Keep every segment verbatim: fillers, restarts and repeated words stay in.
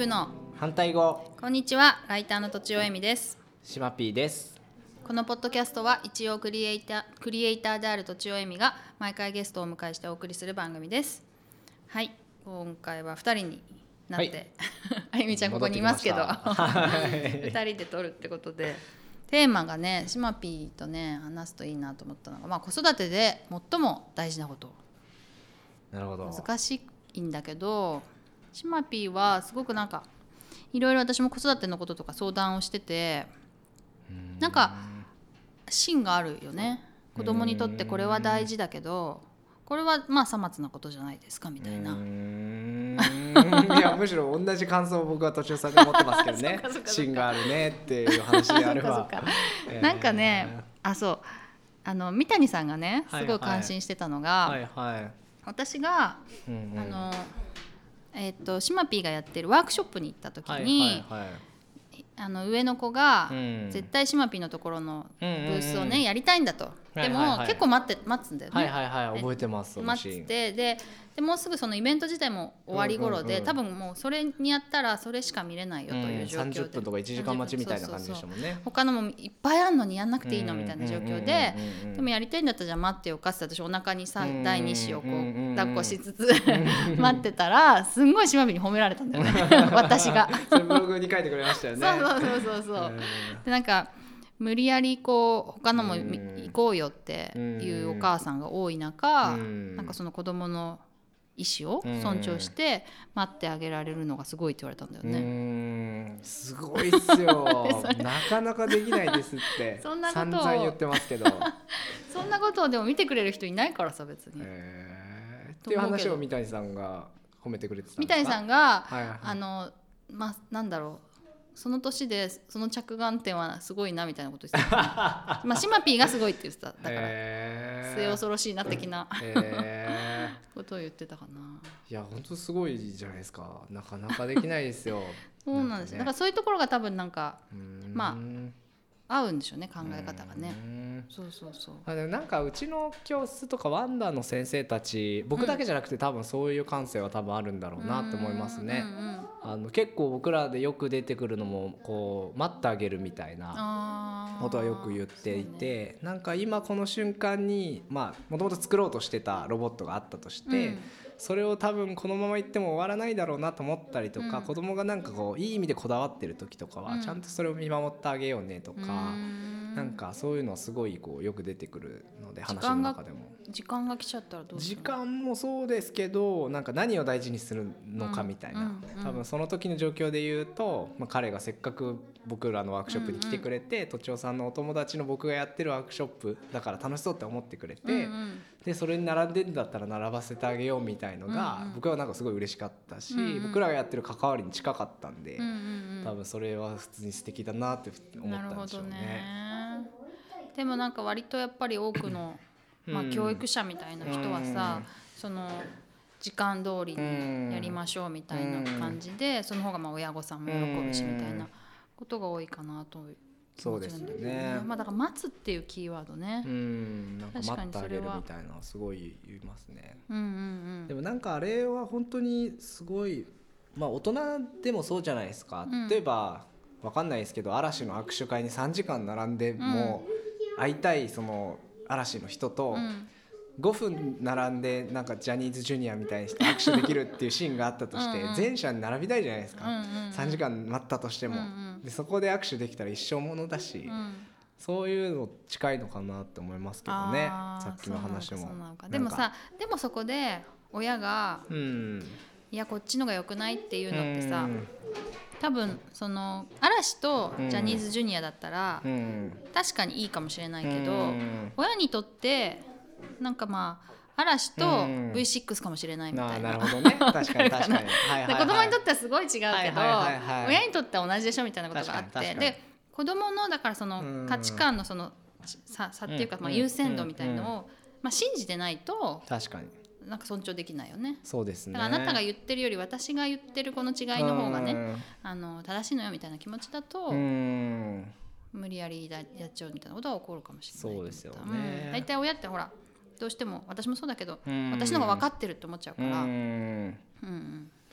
グの反対語。 こんにちは、ライターのとちおえみです。 しまぴーです。 このポッドキャストは一応クリエイター、クリエイターであるとちおえみが毎回ゲストをお迎えしてお送りする番組です。はい、今回はふたりになって、はい、あゆみちゃんここにいますけどふたりで撮るってことで、テーマがね、しまぴーとね話すといいなと思ったのが、まあ、子育てで最も大事なこと。 なるほど。 難しいんだけど、しまぴーはすごくなんかいろいろ私も子育てのこととか相談をしてて、んなんか芯があるよね。子供にとってこれは大事だけど、これはまあさまつなことじゃないですかみたいな。うーんいやむしろ同じ感想を僕は途中さんで持ってますけどね芯があるねっていう話であればえー、なんかね、あそうあの三谷さんがねすごい関心してたのが、はいはいはいはい、私が、うんうん、あのえー、としまぴーがやってるワークショップに行った時に、はいはいはい、あの上の子が、うん、絶対しまぴーのところのブースをね、うんうんうん、やりたいんだと。でも、はいはいはい、結構待って待つんだよね。 はいはいはい、覚えてます。 待ってででもうすぐそのイベント自体も終わり頃で、うんうんうん、多分もうそれにやったらそれしか見れないよという状況で、うん、 さんじゅっぷんとかいちじかん待ちみたいな感じでしたもんね。そうそうそう、他のもいっぱいあんのにやんなくていいのみたいな状況で、でもやりたいんだったらじゃあ待ってよかって私お腹にさだいに子をこう抱っこしつつ待ってたらすんごいしまぴに褒められたんだよね私がそれブログに書いてくれましたよね。 そうそうそうそうそうでなんか無理やりこう他のも行こうよっていうお母さんが多い中、なんかその子供の意思を尊重して待ってあげられるのがすごいって言われたんだよね。うーん、すごいっすよなかなかできないですってそんなこと散々言ってますけどそんなことをでも見てくれる人いないからさ別に、 えー、っていう話を三谷さんが褒めてくれてたんですか。 三谷さんが、 はいはい、 あのまあなんだろうその年でその着眼点はすごいなみたいなこと言ってた、ねまあ、しまぴーがすごいって言ってた。だから、えー、末恐ろしいな的な、えー、ことを言ってたかな。 いや本当すごいじゃないですか。なかなかできないですよそうなんですよ、ね、だからそういうところが多分なんかまあ合うんでしょうね、考え方がね。そうそうそう。 あでもなんかうちの教室とかワンダーの先生たち、僕だけじゃなくて多分そういう感性は多分あるんだろうなって思いますね。うんうんうん、あの結構僕らでよく出てくるのもこう待ってあげるみたいなことはよく言っていて、ね、なんか今この瞬間にまあもともと作ろうとしてたロボットがあったとして、うん、それを多分このままいっても終わらないだろうなと思ったりとか、うん、子供がなんかこういい意味でこだわってる時とかはちゃんとそれを見守ってあげようねとか、うん、なんかそういうのはすごいこうよく出てくるので、話の中でも時間が来ちゃったらどうするの？ 時間もそうですけど、なんか何を大事にするのかみたいな、うんうん、多分その時の状況で言うと、まあ、彼がせっかく僕らのワークショップに来てくれて、とちおさんのお友達の僕がやってるワークショップだから楽しそうって思ってくれて、うんうん、でそれに並んでんだったら並ばせてあげようみたいのが、うんうん、僕はなんかすごい嬉しかったし、うんうん、僕らがやってる関わりに近かったんで、うんうんうん、多分それは普通に素敵だなって思ったんでしょうね。なるほどね。 でもなんか割とやっぱり多くのまあ、教育者みたいな人はさ、うん、その時間通りにやりましょうみたいな感じで、うん、その方がまあ親御さんも喜ぶしみたいなことが多いかなという気持ちなんだけどね。そうですね。まあ、だから待つっていうキーワードね、 うん、なんか待ってあげるみたいなすごい言いますね、うんうんうん、でもなんかあれは本当にすごい、まあ、大人でもそうじゃないですか、うん、例えばわかんないですけど嵐の握手会にさんじかん並んでも会いたいその嵐の人とごふん並んでなんかジャニーズジュニアみたいにして握手できるっていうシーンがあったとして前者に並びたいじゃないですか、さんじかん待ったとしても、でそこで握手できたら一生ものだし、そういうの近いのかなって思いますけどね。さっきの話もでもさ、でもそこで親が、うん、いやこっちのが良くないっていうのってさ、多分その嵐とジャニーズジュニアだったら、うん、確かにいいかもしれないけど、うん、親にとってなんかまあ嵐と ブイシックス かもしれないみたいな、 うん、なるほどね、確かに確かにはいはい、はい、 子供にとってはすごい違うけど、はいはいはいはい、親にとっては同じでしょみたいなことがあって、で子供のだからその価値観のその差っていうか、まあ、優先度みたいのを、うんうん、まあ、信じてないと確かになんか尊重できないよね。 そうですね。 だからあなたが言ってるより私が言ってるこの違いの方がね、あの正しいのよみたいな気持ちだと、うん無理やりやっちゃうみたいなことが起こるかもしれない。 そうですよね。 大体、うん、親ってほらどうしても私もそうだけど私の方が分かってるって思っちゃうから、うんうん、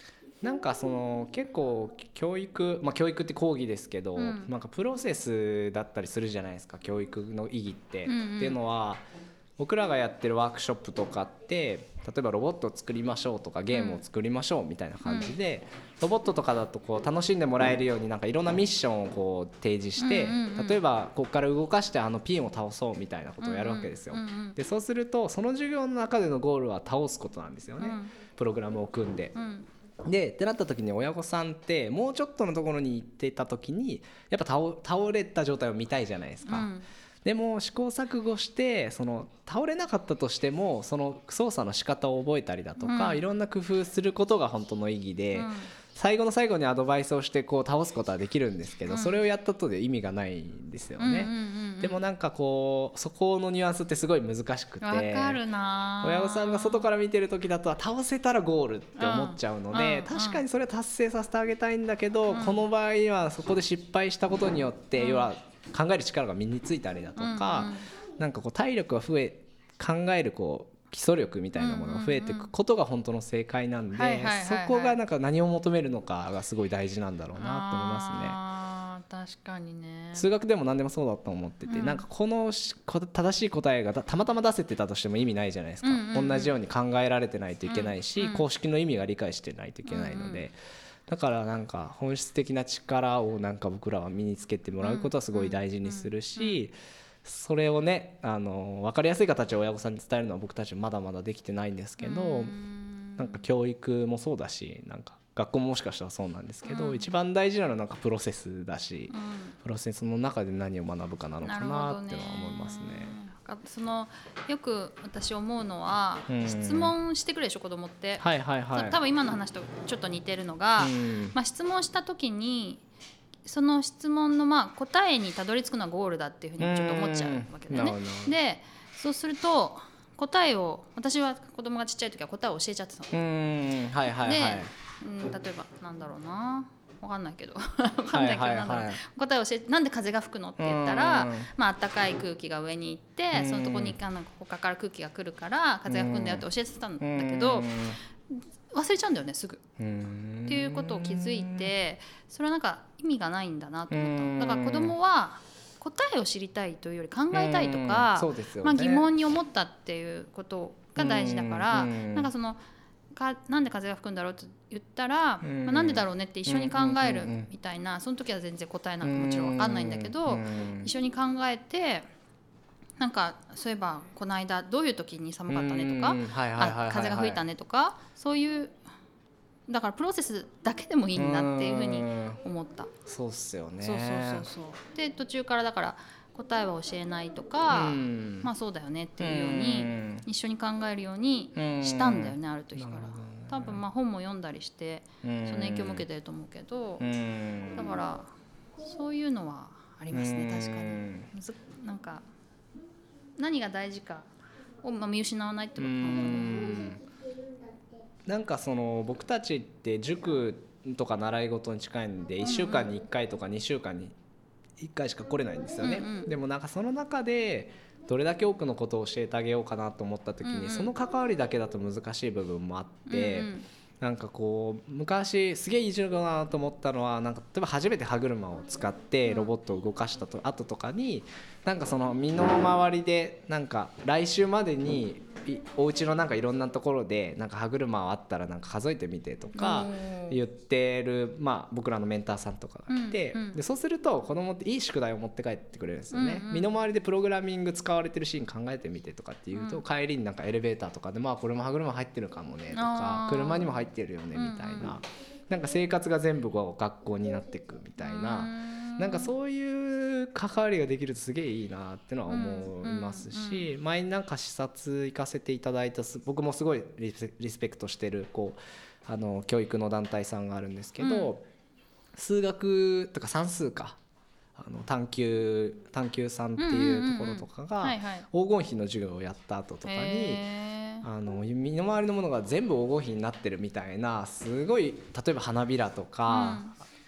なんかその結構教育、まあ、教育って講義ですけど、うん、なんかプロセスだったりするじゃないですか、教育の意義って、うんうん、っていうのは僕らがやってるワークショップとかって例えばロボットを作りましょうとかゲームを作りましょうみたいな感じで、うん、ロボットとかだとこう楽しんでもらえるようになんかいろんなミッションをこう提示して、うんうんうん、例えばここから動かしてあのピンを倒そうみたいなことをやるわけですよ、うんうん、でそうするとその授業の中でのゴールは倒すことなんですよね、うん、プログラムを組んで、うんでってなった時に親御さんってもうちょっとのところに行ってた時にやっぱ 倒, 倒れた状態を見たいじゃないですか、うん、でも試行錯誤してその倒れなかったとしてもその操作の仕方を覚えたりだとか、うん、いろんな工夫することが本当の意義で、うん、最後の最後にアドバイスをしてこう倒すことはできるんですけど、うん、それをやったとで意味がないんですよね、うんうんうんうん、でもなんかこうそこのニュアンスってすごい難しくて、わかるな、 親御さんが外から見てる時だと倒せたらゴールって思っちゃうので、うん、確かにそれは達成させてあげたいんだけど、うん、この場合はそこで失敗したことによって、うん、要は考える力が身についたりだとか、うんうん、なんかこう体力が増え考えるこう基礎力みたいなものが増えていくことが本当の正解なんで、そこがなんか何を求めるのかがすごい大事なんだろうなと思いますね。 あ、確かにね。 数学でも何でもそうだと思ってて、うん、なんかこの正しい答えがたまたま出せてたとしても意味ないじゃないですか、うんうんうん、同じように考えられてないといけないし、うんうん、公式の意味が理解してないといけないので、うんうん、だからなんか本質的な力をなんか僕らは身につけてもらうことはすごい大事にするし、それをねあの分かりやすい形を親御さんに伝えるのは僕たちまだまだできてないんですけど、なんか教育もそうだしなんか学校ももしかしたらそうなんですけど、うん、一番大事なのはなんかプロセスだし、うん、プロセスの中で何を学ぶかなのかなっていうのは思いますね。 そのよく私思うのは、うん、質問してくるでしょ子供って、 はいはいはい、 多分今の話とちょっと似てるのが、うんまあ、質問した時にその質問のまあ答えにたどり着くのはゴールだっていうふうにちょっと思っちゃうわけだよね。でそうすると答えを私は子供がちっちゃい時は答えを教えちゃってたの。 うんはいはいはい、で、 うん、例えばなんだろうな分かんないけど分かんないけどなんだろう、はいはいはい、答えを教えてなんで風が吹くのって言ったら、まあ暖かい空気が上に行ってそのとこに他から空気が来るから風が吹くんだよって教えてたんだけど忘れちゃうんだよねすぐっていうことを気づいて、それはなんか意味がないんだなと思ったの。だから子供は答えを知りたいというより考えたいとか、 そうですよね、 まあ、疑問に思ったっていうことが大事だから、なんかそのかなんで風が吹くんだろうって言ったら、まあ、なんでだろうねって一緒に考えるみたいな、その時は全然答えなんかもちろん分かんないんだけど、一緒に考えてなんかそういえばこの間どういう時に寒かったねとか、風が吹いたねとか、そういうだからプロセスだけでもいいんだっていうふうに思った。 そうっすよね。 そうそうそうそう。で途中からだから答えは教えないとか、まあそうだよねっていうように一緒に考えるようにしたんだよね、ある時から。多分まあ本も読んだりしてその影響も受けてると思うけど、だからそういうのはありますね。確かになんか何が大事かを見失わないってことかな。 なんかその僕たちって塾とか習い事に近いんでいっしゅうかんにいっかいとかにしゅうかんにいっかいしか来れないんですよね、うんうん、でもなんかその中でどれだけ多くのことを教えてあげようかなと思った時に、うんうん、その関わりだけだと難しい部分もあって、うんうん、なんかこう昔すげえいい授業だなと思ったのはなんか例えば初めて歯車を使ってロボットを動かした後とかになんかその身の回りでなんか来週までにお家のなんかいろんなところでなんか歯車あったらなんか数えてみてとか言ってる、まあ、僕らのメンターさんとかが来て、うんうん、でそうすると子供っていい宿題を持って帰ってくれるんですよね、うんうん、身の回りでプログラミング使われてるシーン考えてみてとかっていうと、うん、帰りになんかエレベーターとかでまあこれも歯車入ってるかもねとか車にも入ってるよねみたいな、うんうん、なんか生活が全部こう学校になっていくみたいな、なんかそういう関わりができるとすげえいいなってのは思いますし、うんうん、前になんか視察行かせていただいた僕もすごいリスペクトしてるこうあの教育の団体さんがあるんですけど、うん、数学とか算数かあの探究探究さんっていうところとかが黄金比の授業をやった後とかにあの身の回りのものが全部黄金比になってるみたいなすごい例えば花びらとか、うん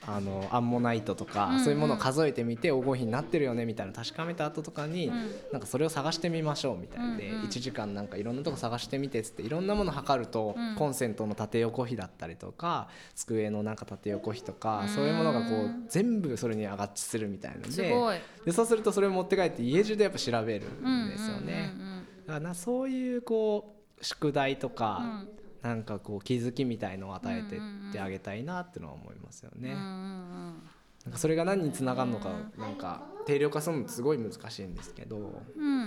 あのアンモナイトとか、うんうん、そういうものを数えてみて黄金比になってるよねみたいな確かめた後とかに、うん、なんかそれを探してみましょうみたいなで、うんうん、いちじかんなんかいろんなとこ探してみてっつっていろんなもの測ると、うん、コンセントの縦横比だったりとか机のなんか縦横比とか、うん、そういうものがこう全部それに合致するみたいなの で, でそうするとそれを持って帰って家中でやっぱ調べるんですよね、うんうんうんうん、だからなそういうこう宿題とか、うんなんかこう気づきみたいのを与えてってあげたいなってのは思いますよね、うんうんうん、なんかそれが何につながるのかなんか定量化するのってすごい難しいんですけど、 うんうん、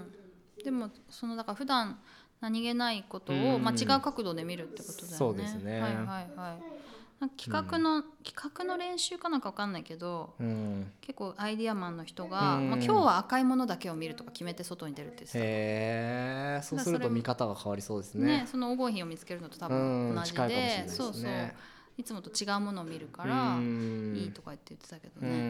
でもそのだから普段何気ないことを、まあ、違う角度で見るってことだよね。 そうですね、 はいはいはい。企画の、うん、企画の練習かなんか分かんないけど、うん、結構アイディアマンの人が、うんまあ、今日は赤いものだけを見るとか決めて外に出るって言ってた。 へー、そうすると見方が変わりそうですね。 ね、その黄金比を見つけるのと多分同じで、うん、近いかもしれないですね。そうそう、いつもと違うものを見るからいいとか言って言ってたけどね、うんうんうん、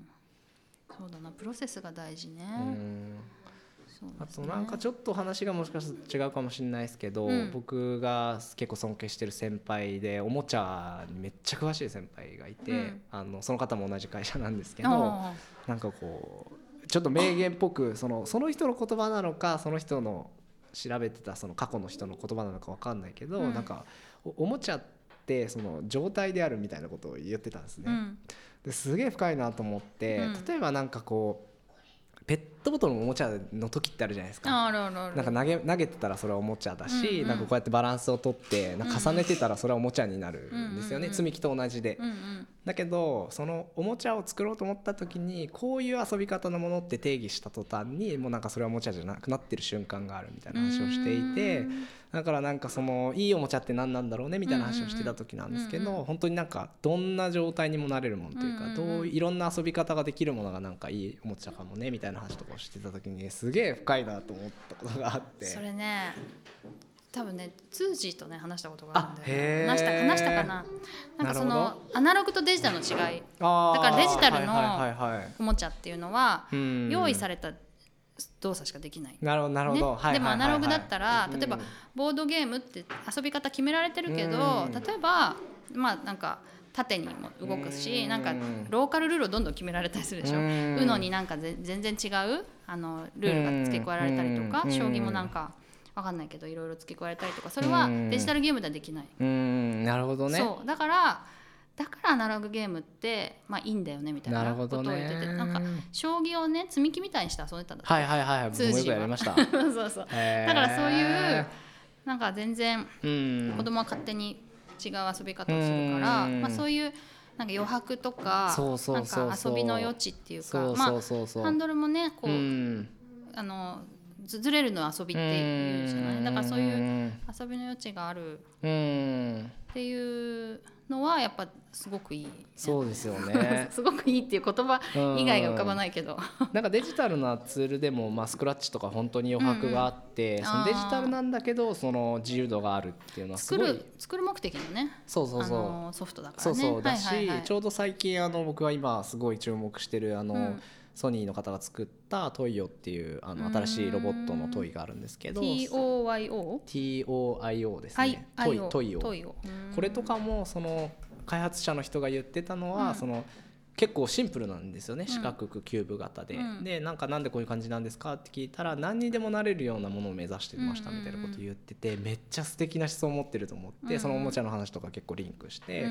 そうだな、プロセスが大事ね。うんそうですね、 あとなんかちょっと話がもしかしたら違うかもしれないですけど、うん、僕が結構尊敬してる先輩でおもちゃにめっちゃ詳しい先輩がいて、うん、あのその方も同じ会社なんですけど、なんかこうちょっと名言っぽくその、その人の言葉なのかその人の調べてたその過去の人の言葉なのか分かんないけど、うん、なんか お, おもちゃってその状態であるみたいなことを言ってたんですね、うん、ですげえ深いなと思って、うん、例えばなんかこうペットボトルのおもちゃの時ってあるじゃないですか。 あるあるある。 なんか投げ、投げてたらそれはおもちゃだし、うんうん、なんかこうやってバランスをとってなんか重ねてたらそれはおもちゃになるんですよね、うんうんうん、積み木と同じで、うんうん、だけどそのおもちゃを作ろうと思った時にこういう遊び方のものって定義した途端にもうなんかそれはおもちゃじゃなくなってる瞬間があるみたいな話をしていて、だからなんかそのいいおもちゃって何なんだろうねみたいな話をしてた時なんですけど、うんうん、本当になんかどんな状態にもなれるものというか、うんうん、どういろんな遊び方ができるものがなんかいいおもちゃかもねみたいな話とかをしてた時にすげえ深いなと思ったことがあって、 それね多分ねツージーとね話したことがあるんだよね。話した話したかな。なんかそのアナログとデジタルの違いだからデジタルのおもちゃっていうのは用意された動作しかできない。 なるほどなるほど、ね、 はいはいはいはい、でもアナログだったら例えばボードゲームって遊び方決められてるけど、例えばまあなんか縦にも動くし、なんかローカルルールをどんどん決められたりするでしょ。 ウノ になんか全然違うあのルールが付け加えられたりとか、将棋もなんか分かんないけどいろいろ付け加えたりとか、それはデジタルゲームではできない。 うーん、なるほどね。 そうだからだからアナログゲームってまあいいんだよねみたいなことを言ってて、 な, なんか将棋をね積み木みたいにして遊んでたんだって。 はいはいはい、僕もよくやりましたそうそう、だからそういうなんか全然子供は勝手に違う遊び方をするから、まあ、そういうなんか余白とかなんか遊びの余地っていうか、まあハンドルもねこうあのずれるの遊びっていうじゃない。だからそういう遊びの余地があるっていうのはやっぱすごくいい。 そうですよねすごくいいっていう言葉以外が浮かばないけどなんかデジタルなツールでも、まあ、スクラッチとか本当に余白があって、うんうん、そのデジタルなんだけどその自由度があるっていうのはすごい作る、作る目的のね、 そうそうそう、 あのソフトだからね。 そうそうだし、 はいはいはい、 ちょうど最近あの僕は今すごい注目してるあの、うんソニーの方が作ったトイオっていうあの新しいロボットのトイがあるんですけど ティーオーアイオー ティーオーアイオー ですね、トイ、トイオこれとかもその開発者の人が言ってたのは、うん、その結構シンプルなんですよね、四角くキューブ型で、うん、でなんかなんでこういう感じなんですかって聞いたら何にでもなれるようなものを目指してましたみたいなことを言ってて、めっちゃ素敵な思想を持ってると思って、うん、そのおもちゃの話とか結構リンクして、うん、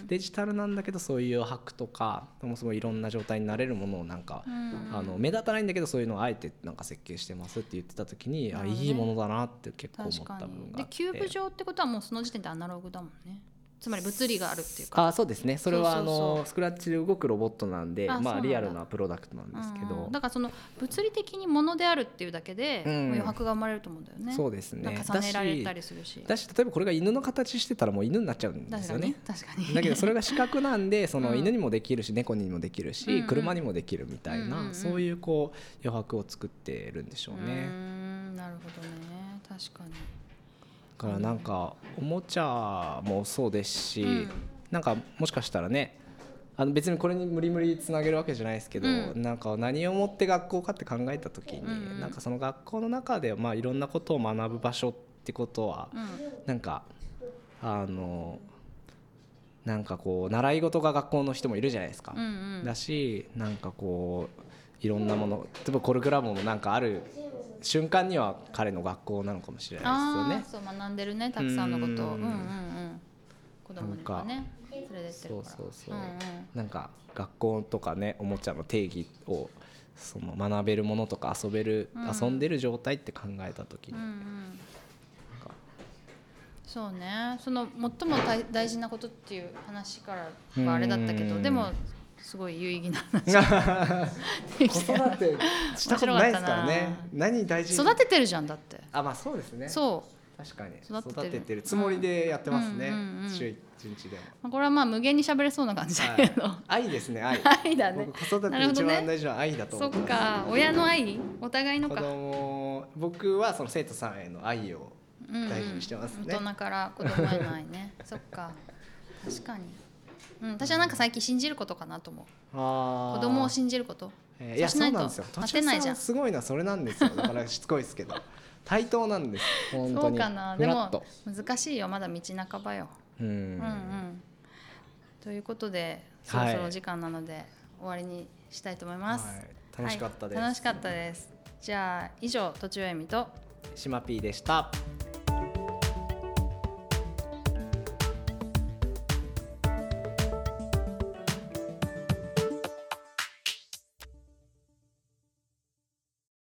デジタルなんだけどそういう余白とかもすごいいろんな状態になれるものをなんか、うん、あの目立たないんだけどそういうのをあえてなんか設計してますって言ってた時に、あ、いいものだなって結構思った部分があって。でキューブ状ってことはもうその時点でアナログだもんね。つまり物理があるっていうか。 あ、そうですね、それはあのスクラッチで動くロボットなんで、まあ、リアルなプロダクトなんですけど、 うん、だからその物理的にものであるっていうだけで、うん、余白が生まれると思うんだよね。 そうですね、 重ねられたりするし、 だし例えばこれが犬の形してたらもう犬になっちゃうんですよね。 確かに、確かに。 だけどそれが四角なんでその犬にもできるし、うん、猫にもできるし、うん、車にもできるみたいな、うんうん、そういうこう余白を作ってるんでしょうね。うーん、なるほどね、確かに。 だからなんかおもちゃもそうですし、うん、なんかもしかしたらね、あの別にこれに無理無理つなげるわけじゃないですけど、うん、なんか何をもって学校かって考えた時に、うん、なんかその学校の中でまあいろんなことを学ぶ場所ってことは、うん、なんかあのなんかこう習い事が学校の人もいるじゃないですか、 うんうん、 だしなんかこういろんなもの、例えばコルクラボもなんかある瞬間には彼の学校なのかもしれないですよね。 あそう学んでるねたくさんのことを、うんうんうん、子供にもね連れてってるから、 そうそうそう、 うんうん、 なんか学校とかねおもちゃの定義をその学べるものとか遊べる、うん、遊んでる状態って考えた時に、うんうん、 そうね、その最も大事なことっていう話からはあれだったけど、でもすごい有意義な話子育てしたことないですからね。何大事育ててるじゃんだって。 あ、まあそうですね。 そう確かに育てて る, 育ててるつもりでやってますね、うんうんうん、週一日でも。 これはまあ無限に喋れそうな感じだけど、はい、 愛ですね。愛愛だね。 僕子育てで一番大事な愛だと思ってます、 ね、そっか、親の愛、お互いのか。 子供、僕はその生徒さんへの愛を大事にしてますね、 うんうん、大人から子供への愛ねそっか、確かに、うん、私はなんか最近信じることかなと思う。あ、子供を信じること、 えー、いやそうなんですよ。途中さんすごいな、それなんですよ。だからしつこいですけど対等なんです本当に。 そうかな。でも難しいよ、まだ道半ばよ。うん、うんうん、ということでそろそろ時間なので終わりにしたいと思います、はい、 楽しかったです、 はい、楽しかったです。じゃあ以上とちおえみとしまぴーでした。